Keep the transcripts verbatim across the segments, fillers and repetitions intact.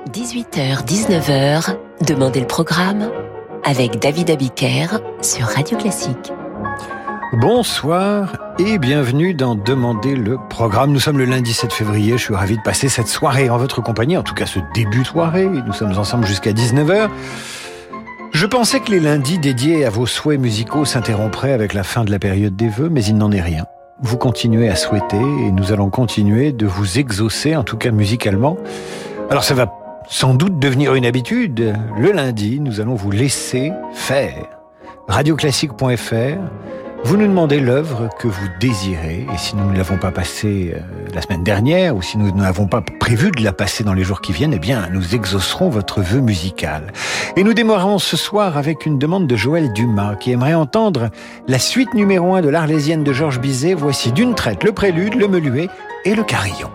dix-huit heures dix-neuf heures, Demandez le programme avec David Abiker sur Radio Classique. Bonsoir et bienvenue dans Demandez le programme. Nous sommes le lundi sept février, je suis ravi de passer cette soirée en votre compagnie, en tout cas ce début de soirée. Nous sommes ensemble jusqu'à dix-neuf heures. Je pensais que les lundis dédiés à vos souhaits musicaux s'interrompraient avec la fin de la période des vœux, mais il n'en est rien. Vous continuez à souhaiter et nous allons continuer de vous exaucer, en tout cas musicalement. Alors ça va sans doute devenir une habitude. Le lundi, nous allons vous laisser faire. radio classique point f r, vous nous demandez l'œuvre que vous désirez, et si nous ne l'avons pas passée euh, la semaine dernière, ou si nous n'avons pas prévu de la passer dans les jours qui viennent, eh bien, nous exaucerons votre vœu musical. Et nous démarrons ce soir avec une demande de Joël Dumas, qui aimerait entendre la suite numéro un de l'Arlésienne de Georges Bizet. Voici d'une traite le prélude, le menuet et le carillon.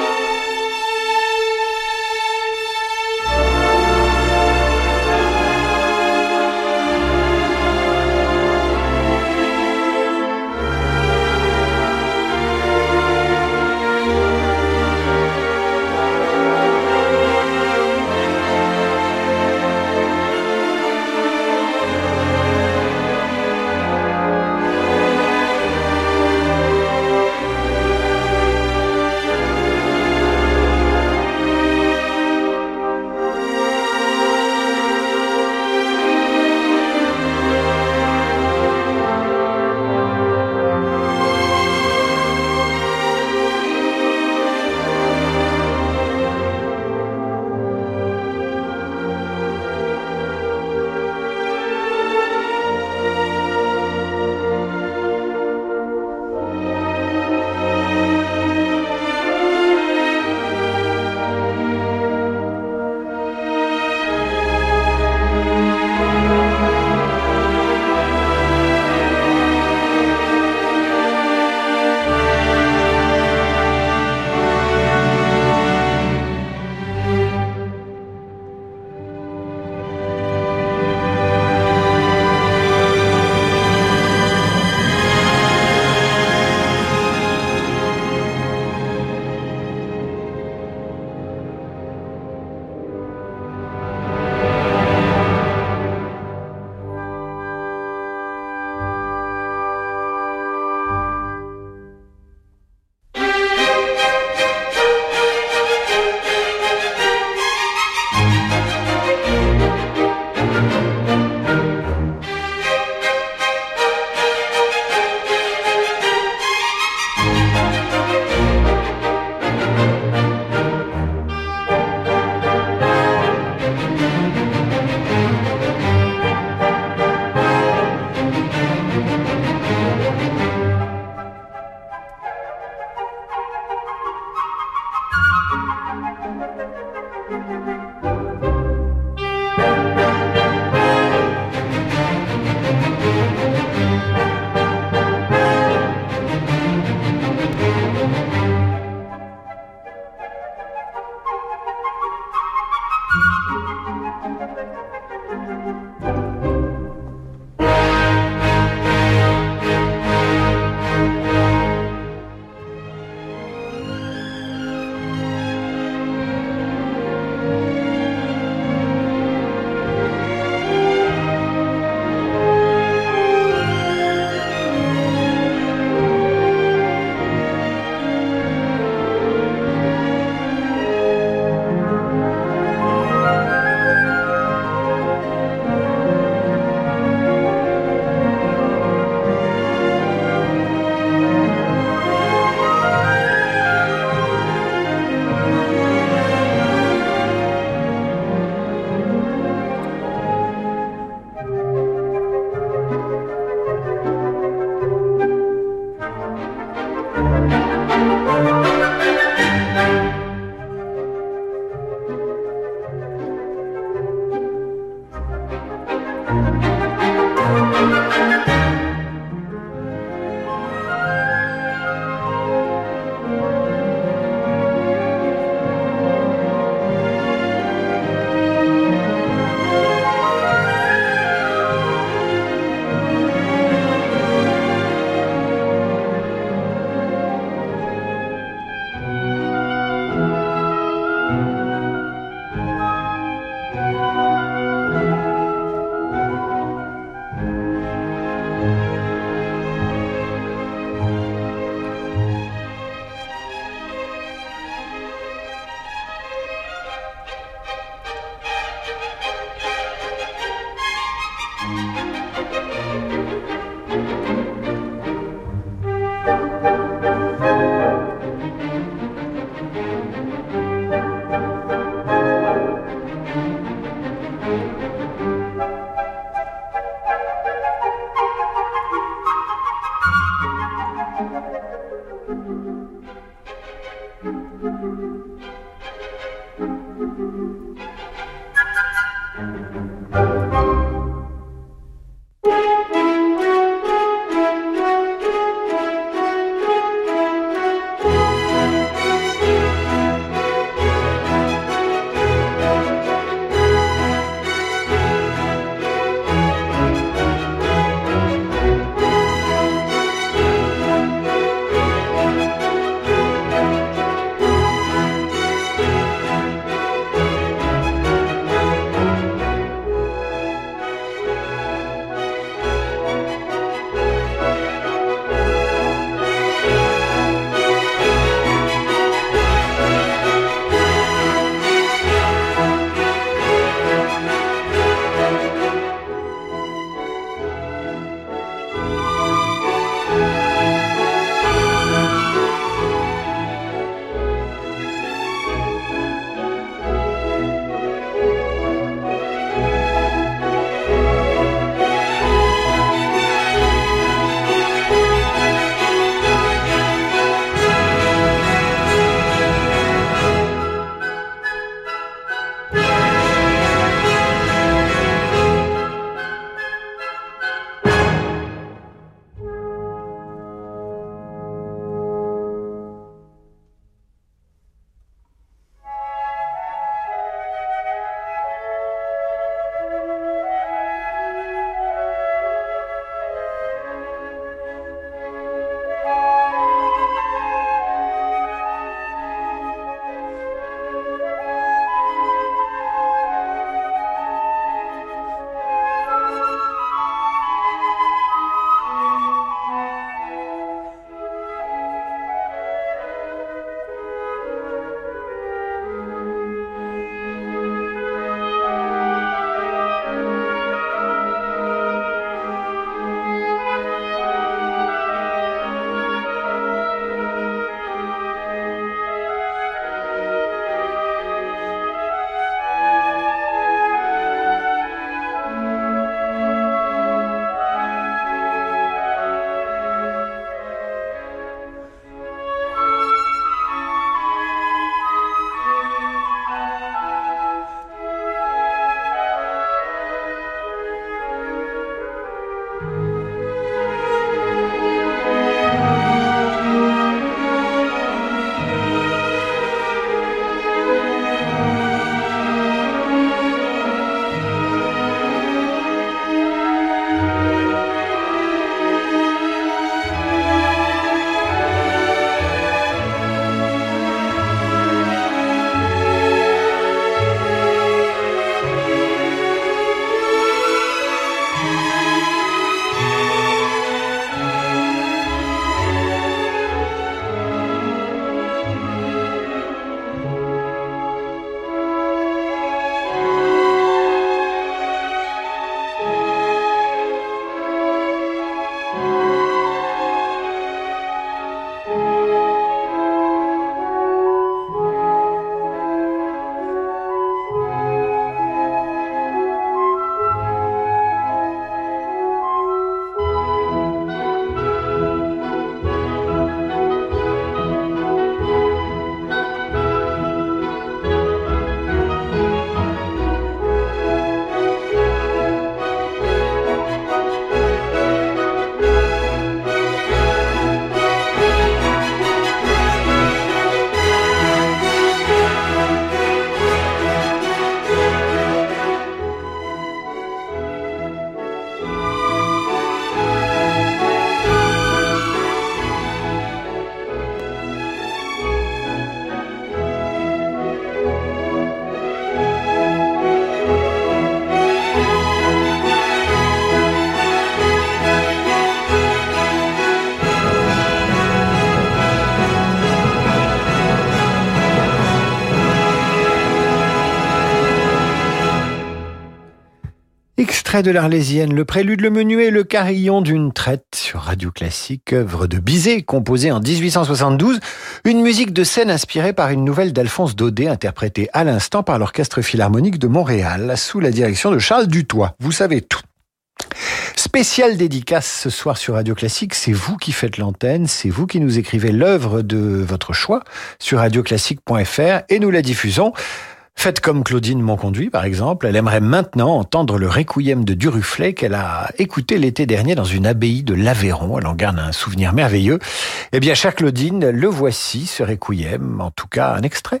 Extrait de l'Arlésienne, le prélude, le menuet, le carillon d'une traite sur Radio Classique, œuvre de Bizet, composée en dix-huit cent soixante-douze, une musique de scène inspirée par une nouvelle d'Alphonse Daudet, interprétée à l'instant par l'Orchestre Philharmonique de Montréal, sous la direction de Charles Dutoit. Vous savez tout. Spéciale dédicace ce soir sur Radio Classique, c'est vous qui faites l'antenne, c'est vous qui nous écrivez l'œuvre de votre choix sur radioclassique point f r et nous la diffusons. Faites comme Claudine Monconduit, par exemple. Elle aimerait maintenant entendre le requiem de Duruflé qu'elle a écouté l'été dernier dans une abbaye de l'Aveyron. Elle en garde un souvenir merveilleux. Eh bien, chère Claudine, le voici, ce requiem, en tout cas un extrait.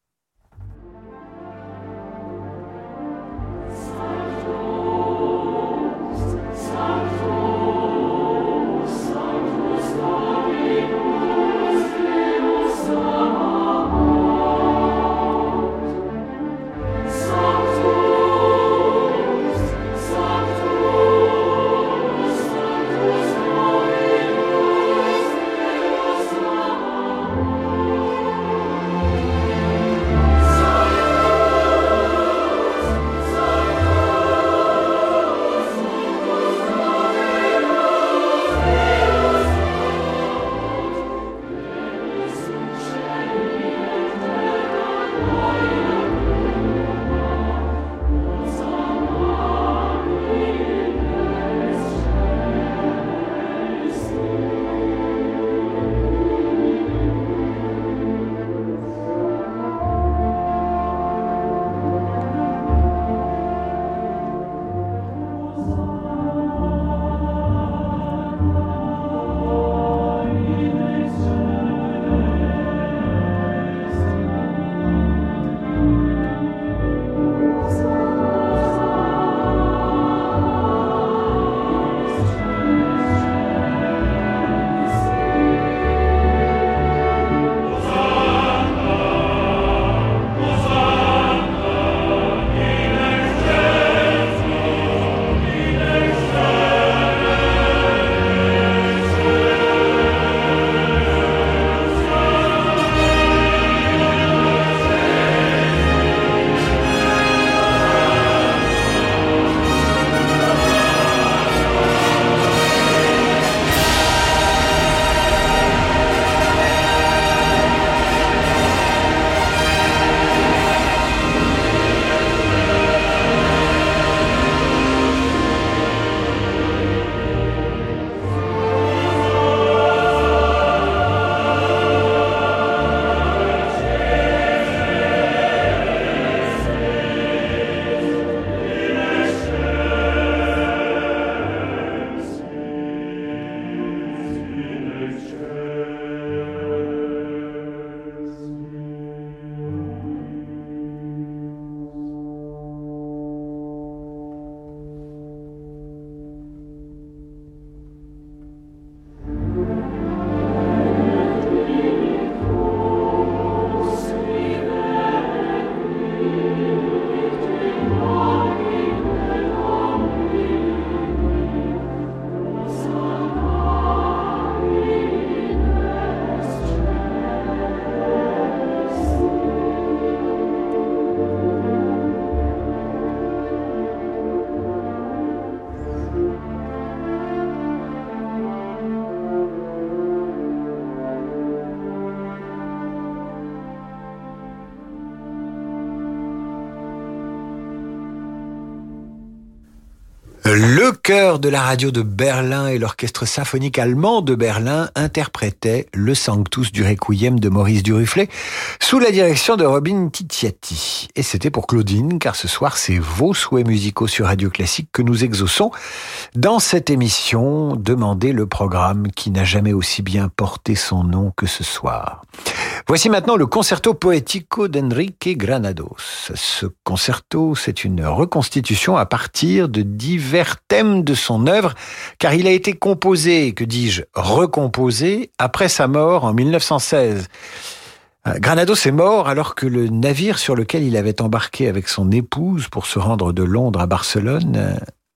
Le chœur de la radio de Berlin et l'orchestre symphonique allemand de Berlin interprétaient le Sanctus du Requiem de Maurice Duruflé sous la direction de Robin Titiati. Et c'était pour Claudine, car ce soir, c'est vos souhaits musicaux sur Radio Classique que nous exauçons dans cette émission Demandez le programme qui n'a jamais aussi bien porté son nom que ce soir. Voici maintenant le concerto poetico d'Enrique Granados. Ce concerto, c'est une reconstitution à partir de divers thèmes de son œuvre, car il a été composé, que dis-je, recomposé, après sa mort en mille neuf cent seize. Granados est mort alors que le navire sur lequel il avait embarqué avec son épouse pour se rendre de Londres à Barcelone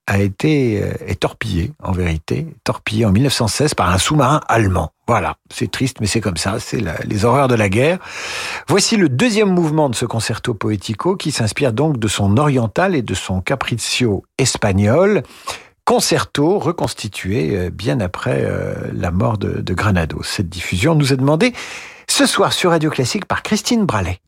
a été euh, est torpillé, en vérité, torpillé en mille neuf cent seize par un sous-marin allemand. Voilà, c'est triste, mais c'est comme ça, c'est la, les horreurs de la guerre. Voici le deuxième mouvement de ce concerto poetico qui s'inspire donc de son oriental et de son capriccio espagnol. Concerto reconstitué bien après euh, la mort de, de Granados. Cette diffusion nous est demandée ce soir sur Radio Classique par Christine Bralet.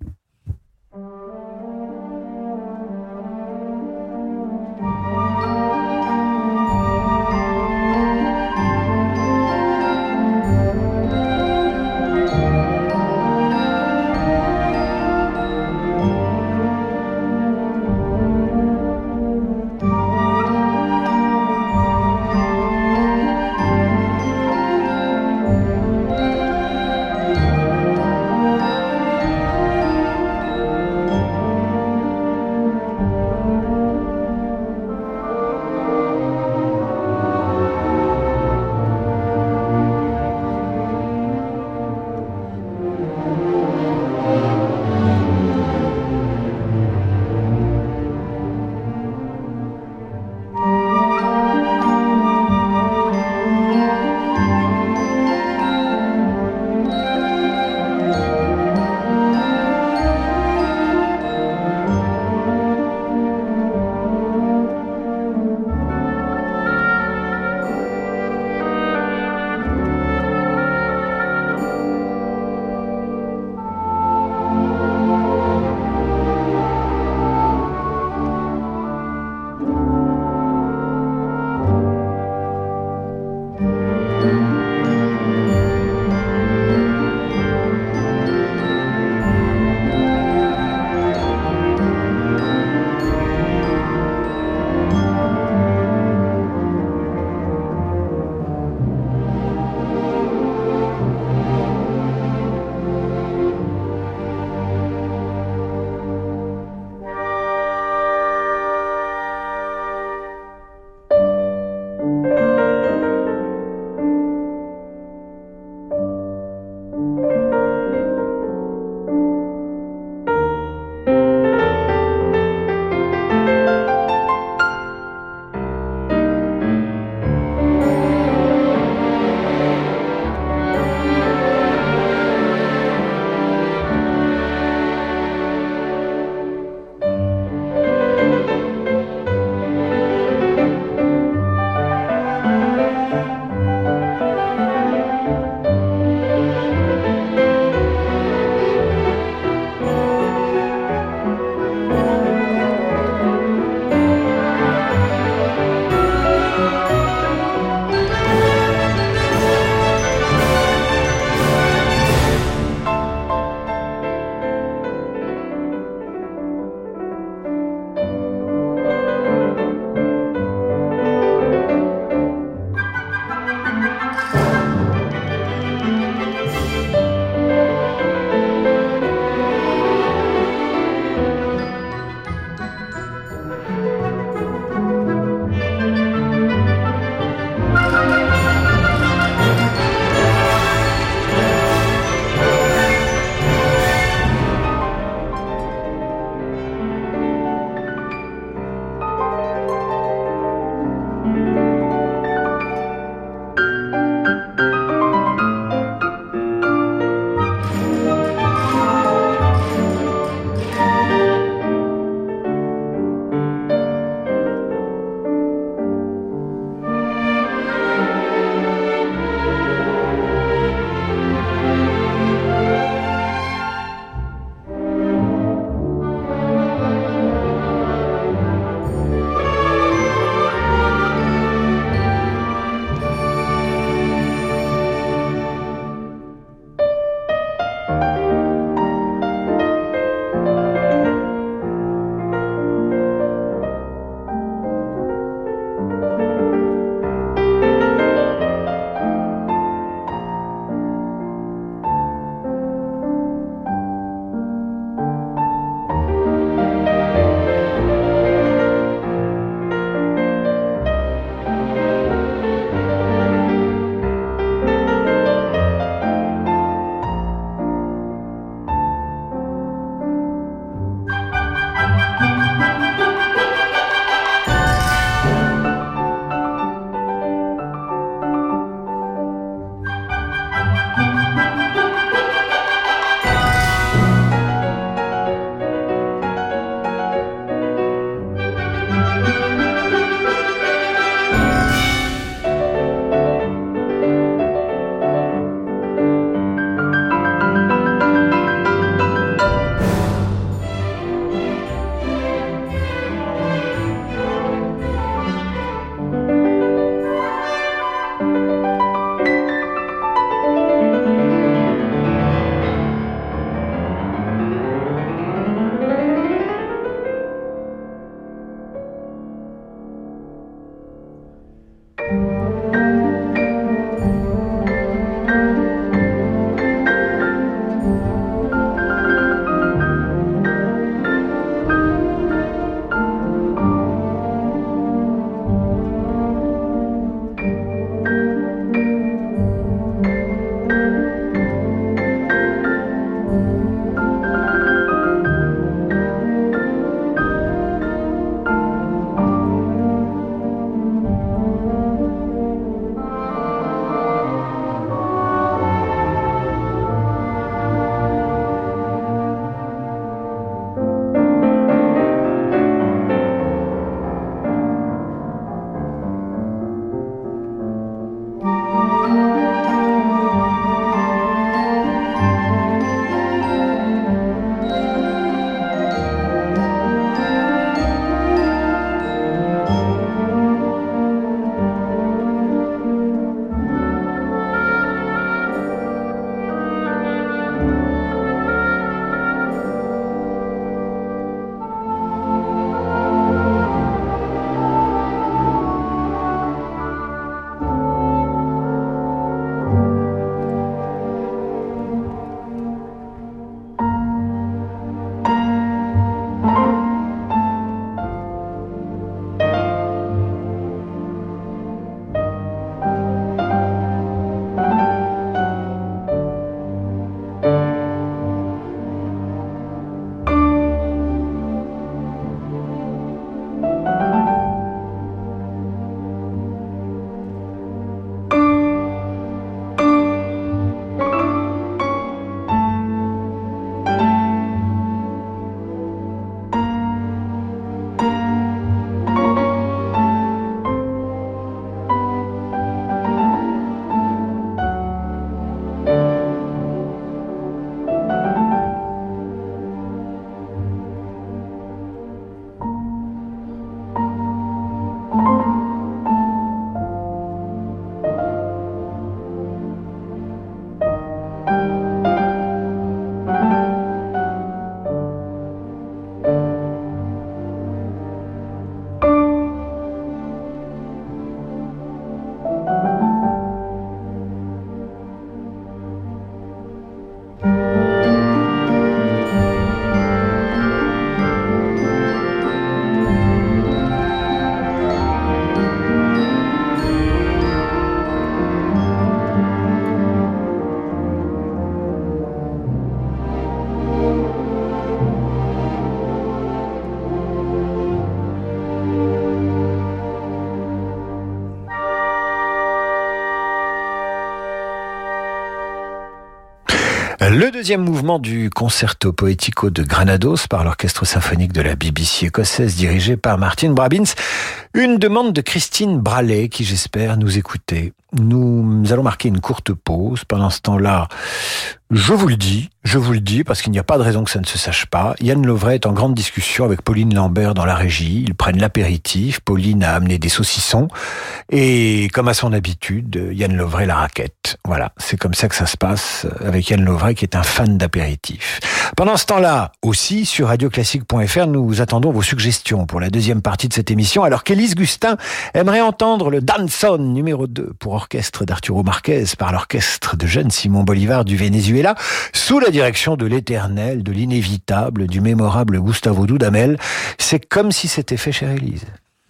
Le deuxième mouvement du Concerto Poetico de Granados par l'orchestre symphonique de la B B C écossaise dirigé par Martin Brabbins. Une demande de Christine Braley qui, j'espère, nous écouter. Nous allons marquer une courte pause. Pendant ce temps-là, je vous le dis, je vous le dis, parce qu'il n'y a pas de raison que ça ne se sache pas. Yann Lovray est en grande discussion avec Pauline Lambert dans la régie. Ils prennent l'apéritif. Pauline a amené des saucissons. Et comme à son habitude, Yann Lovray la raquette. Voilà, c'est comme ça que ça se passe avec Yann Lovray qui est un fan d'apéritif. Pendant ce temps-là, aussi, sur radio classique point f r, nous attendons vos suggestions pour la deuxième partie de cette émission, alors qu'Élise Gustin aimerait entendre le Danzón numéro deux pour orchestre d'Arturo Marquez par l'orchestre de jeune Simon Bolivar du Venezuela, sous la direction de l'éternel, de l'inévitable, du mémorable Gustavo Dudamel. C'est comme si c'était fait, chère Élise.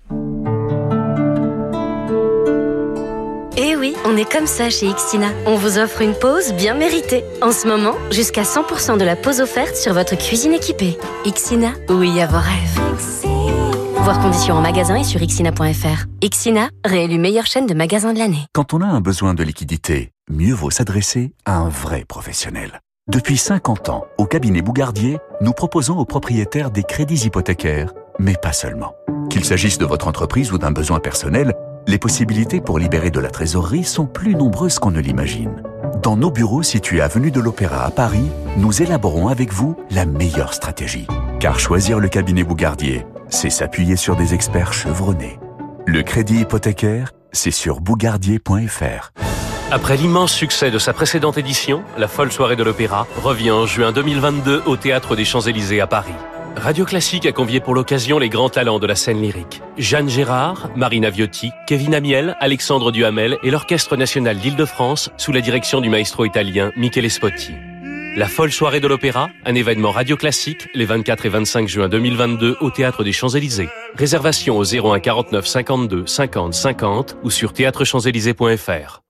Eh oui, on est comme ça chez Ixina. On vous offre une pause bien méritée. En ce moment, jusqu'à cent pour cent de la pause offerte sur votre cuisine équipée. Ixina, oui à vos rêves. Voir conditions en magasin et sur ixina point f r. Ixina, réélu meilleure chaîne de magasins de l'année. Quand on a un besoin de liquidité, mieux vaut s'adresser à un vrai professionnel. Depuis cinquante ans, au cabinet Bougardier, nous proposons aux propriétaires des crédits hypothécaires, mais pas seulement. Qu'il s'agisse de votre entreprise ou d'un besoin personnel, les possibilités pour libérer de la trésorerie sont plus nombreuses qu'on ne l'imagine. Dans nos bureaux situés avenue de l'Opéra à Paris, nous élaborons avec vous la meilleure stratégie. Car choisir le cabinet Bougardier, c'est s'appuyer sur des experts chevronnés. Le crédit hypothécaire, c'est sur bougardier point f r. Après l'immense succès de sa précédente édition, la folle soirée de l'Opéra revient en juin deux mille vingt-deux au Théâtre des Champs-Élysées à Paris. Radio Classique a convié pour l'occasion les grands talents de la scène lyrique. Jeanne Gérard, Marina Viotti, Kevin Amiel, Alexandre Duhamel et l'Orchestre National d'Île-de-France sous la direction du maestro italien Michele Spotti. La folle soirée de l'Opéra, un événement Radio Classique, les vingt-quatre et vingt-cinq juin deux mille vingt-deux au Théâtre des Champs-Élysées. Réservation au zéro un quarante-neuf cinquante-deux cinquante cinquante ou sur théâtre champs élysées point f r.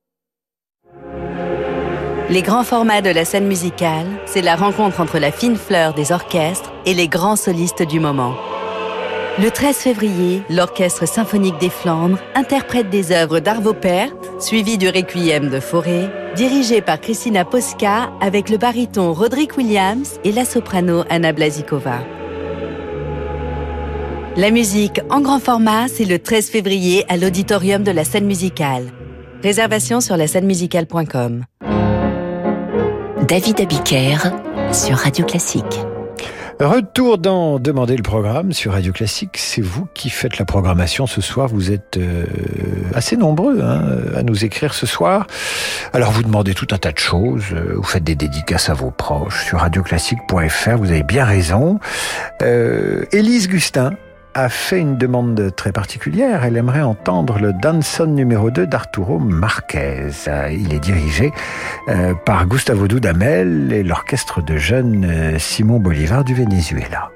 Les grands formats de la scène musicale, c'est la rencontre entre la fine fleur des orchestres et les grands solistes du moment. Le treize février, l'Orchestre symphonique des Flandres interprète des œuvres d'Arvo Pärt, suivi du Requiem de Fauré, dirigé par Christina Posca avec le baryton Roderick Williams et la soprano Anna Blazikova. La musique en grand format, c'est le treize février à l'auditorium de la scène musicale. Réservation sur la scène musicale point com. David Abiker sur Radio Classique. Retour dans Demandez le programme sur Radio Classique. C'est vous qui faites la programmation ce soir. Vous êtes euh, assez nombreux hein, à nous écrire ce soir. Alors vous demandez tout un tas de choses. Vous faites des dédicaces à vos proches sur radio classique point f r. Vous avez bien raison. Euh, Élise Gustin a fait une demande très particulière. Elle aimerait entendre le Danzón numéro deux d'Arturo Marquez. Il est dirigé euh, par Gustavo Dudamel et l'orchestre de jeunes euh, Simon Bolivar du Venezuela.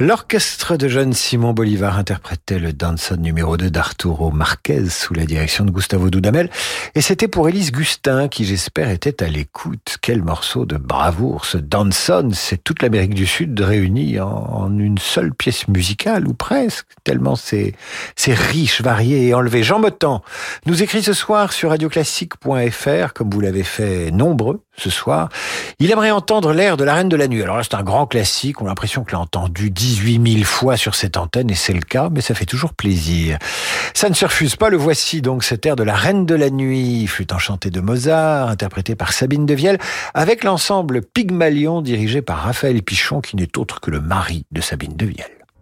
L'orchestre de jeunes Simon Bolivar interprétait le Danzón numéro deux d'Arturo Márquez sous la direction de Gustavo Dudamel. Et c'était pour Élise Gustin, qui j'espère était à l'écoute. Quel morceau de bravoure, ce Danzón, c'est toute l'Amérique du Sud réunie en, en une seule pièce musicale, ou presque, tellement c'est, c'est riche, varié et enlevé. Jean Motan nous écrit ce soir sur radioclassique point f r, comme vous l'avez fait nombreux ce soir. Il aimerait entendre l'air de la Reine de la Nuit. Alors là, c'est un grand classique, on a l'impression qu'on l'a entendu dix-huit mille fois sur cette antenne, et c'est le cas, mais ça fait toujours plaisir. Ça ne se refuse pas, le voici donc, cet air de la Reine de la Nuit, flûte enchantée de Mozart, interprété par Sabine Devielle, avec l'ensemble Pygmalion dirigé par Raphaël Pichon, qui n'est autre que le mari de Sabine Devielle.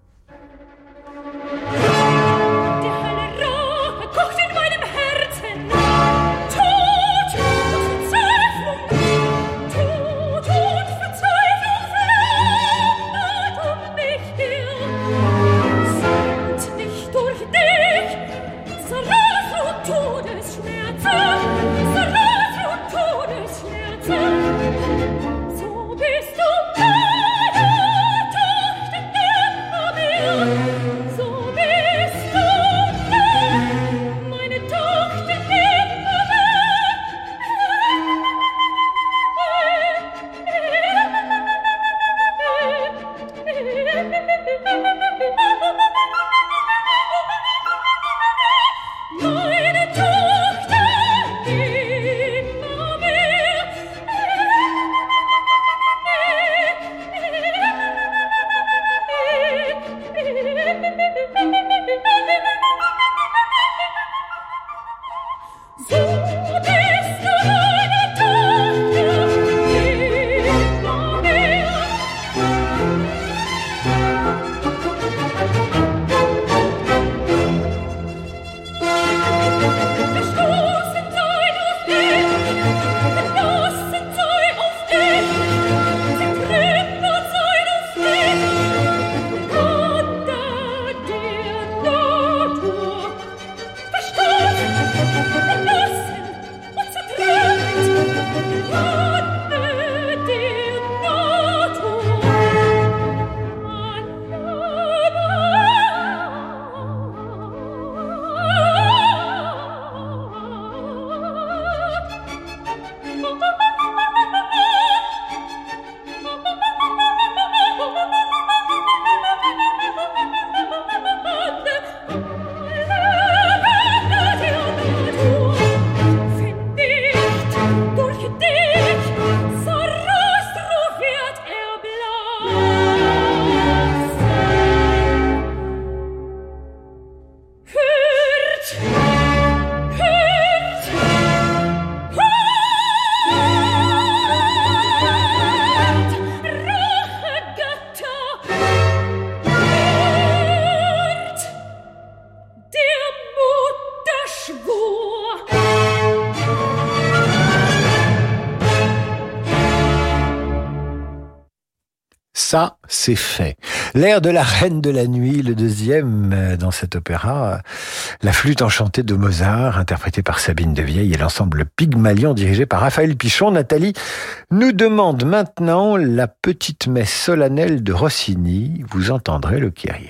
Ça, c'est fait. L'air de la Reine de la Nuit, le deuxième dans cet opéra, la flûte enchantée de Mozart, interprétée par Sabine Devielle, et l'ensemble Pygmalion dirigé par Raphaël Pichon. Nathalie nous demande maintenant la petite messe solennelle de Rossini. Vous entendrez le Kyrie.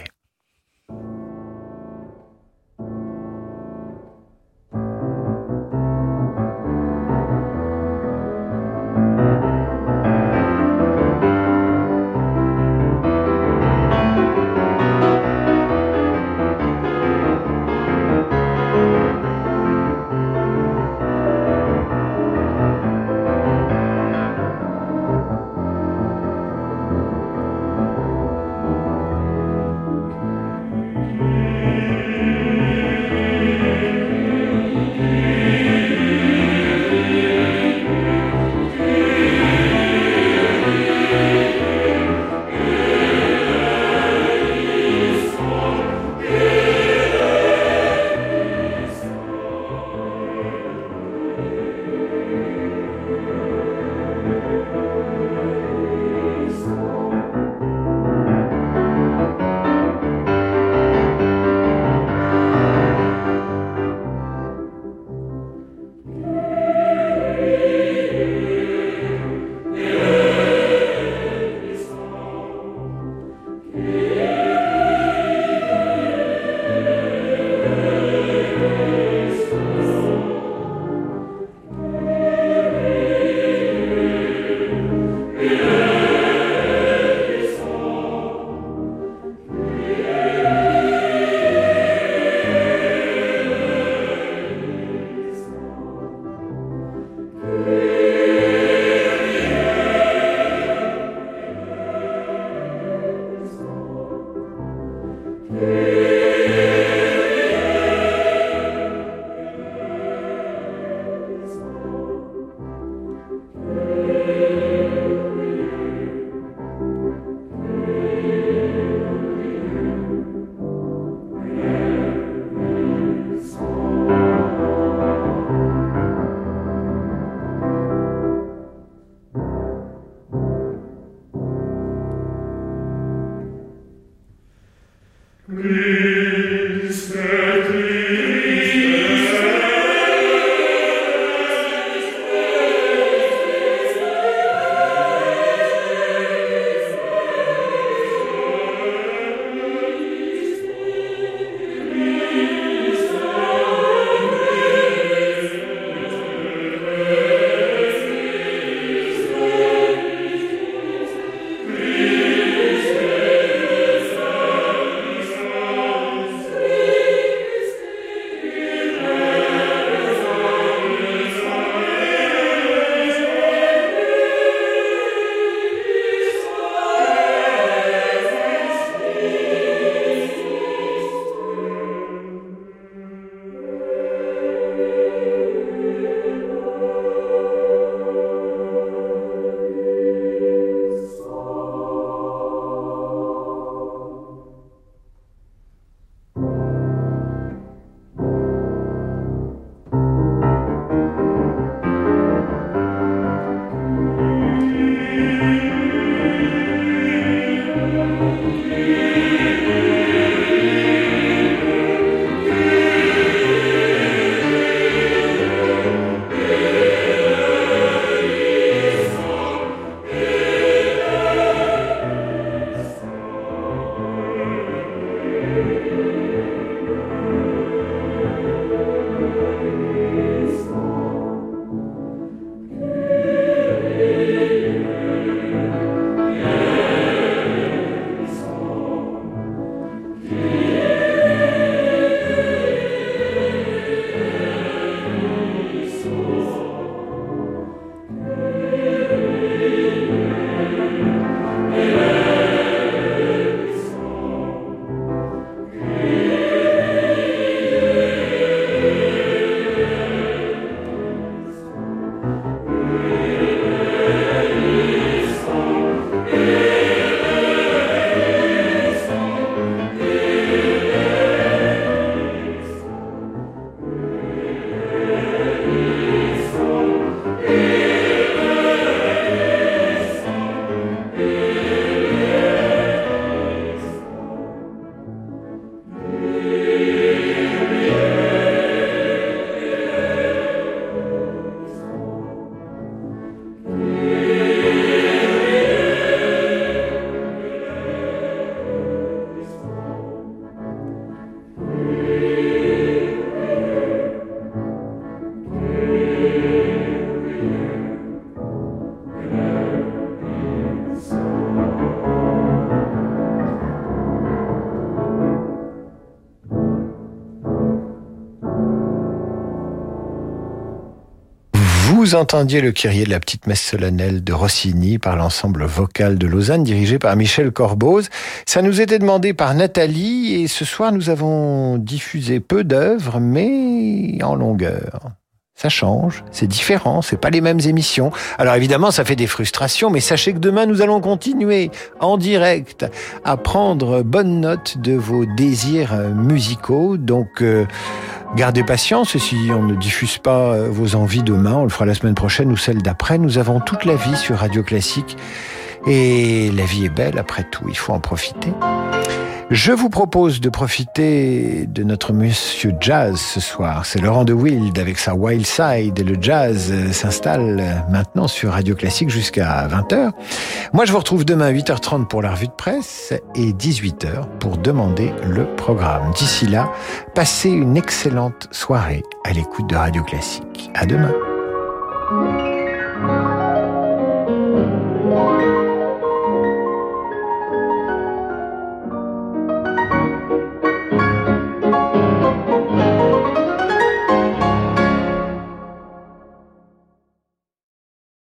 Vous entendiez le Kyrie de la petite messe solennelle de Rossini par l'ensemble vocal de Lausanne dirigé par Michel Corboz. Ça nous était demandé par Nathalie et ce soir nous avons diffusé peu d'œuvres mais en longueur. Ça change, c'est différent, c'est pas les mêmes émissions. Alors évidemment, ça fait des frustrations, mais sachez que demain, nous allons continuer en direct à prendre bonne note de vos désirs musicaux. Donc, euh, gardez patience, si on ne diffuse pas vos envies demain, on le fera la semaine prochaine ou celle d'après. Nous avons toute la vie sur Radio Classique et la vie est belle après tout, il faut en profiter. Je vous propose de profiter de notre monsieur jazz ce soir. C'est Laurent de Wild avec sa Wild Side. Le jazz s'installe maintenant sur Radio Classique jusqu'à vingt heures. Moi, je vous retrouve demain à huit heures trente pour la revue de presse et dix-huit heures pour demander le programme. D'ici là, passez une excellente soirée à l'écoute de Radio Classique. À demain.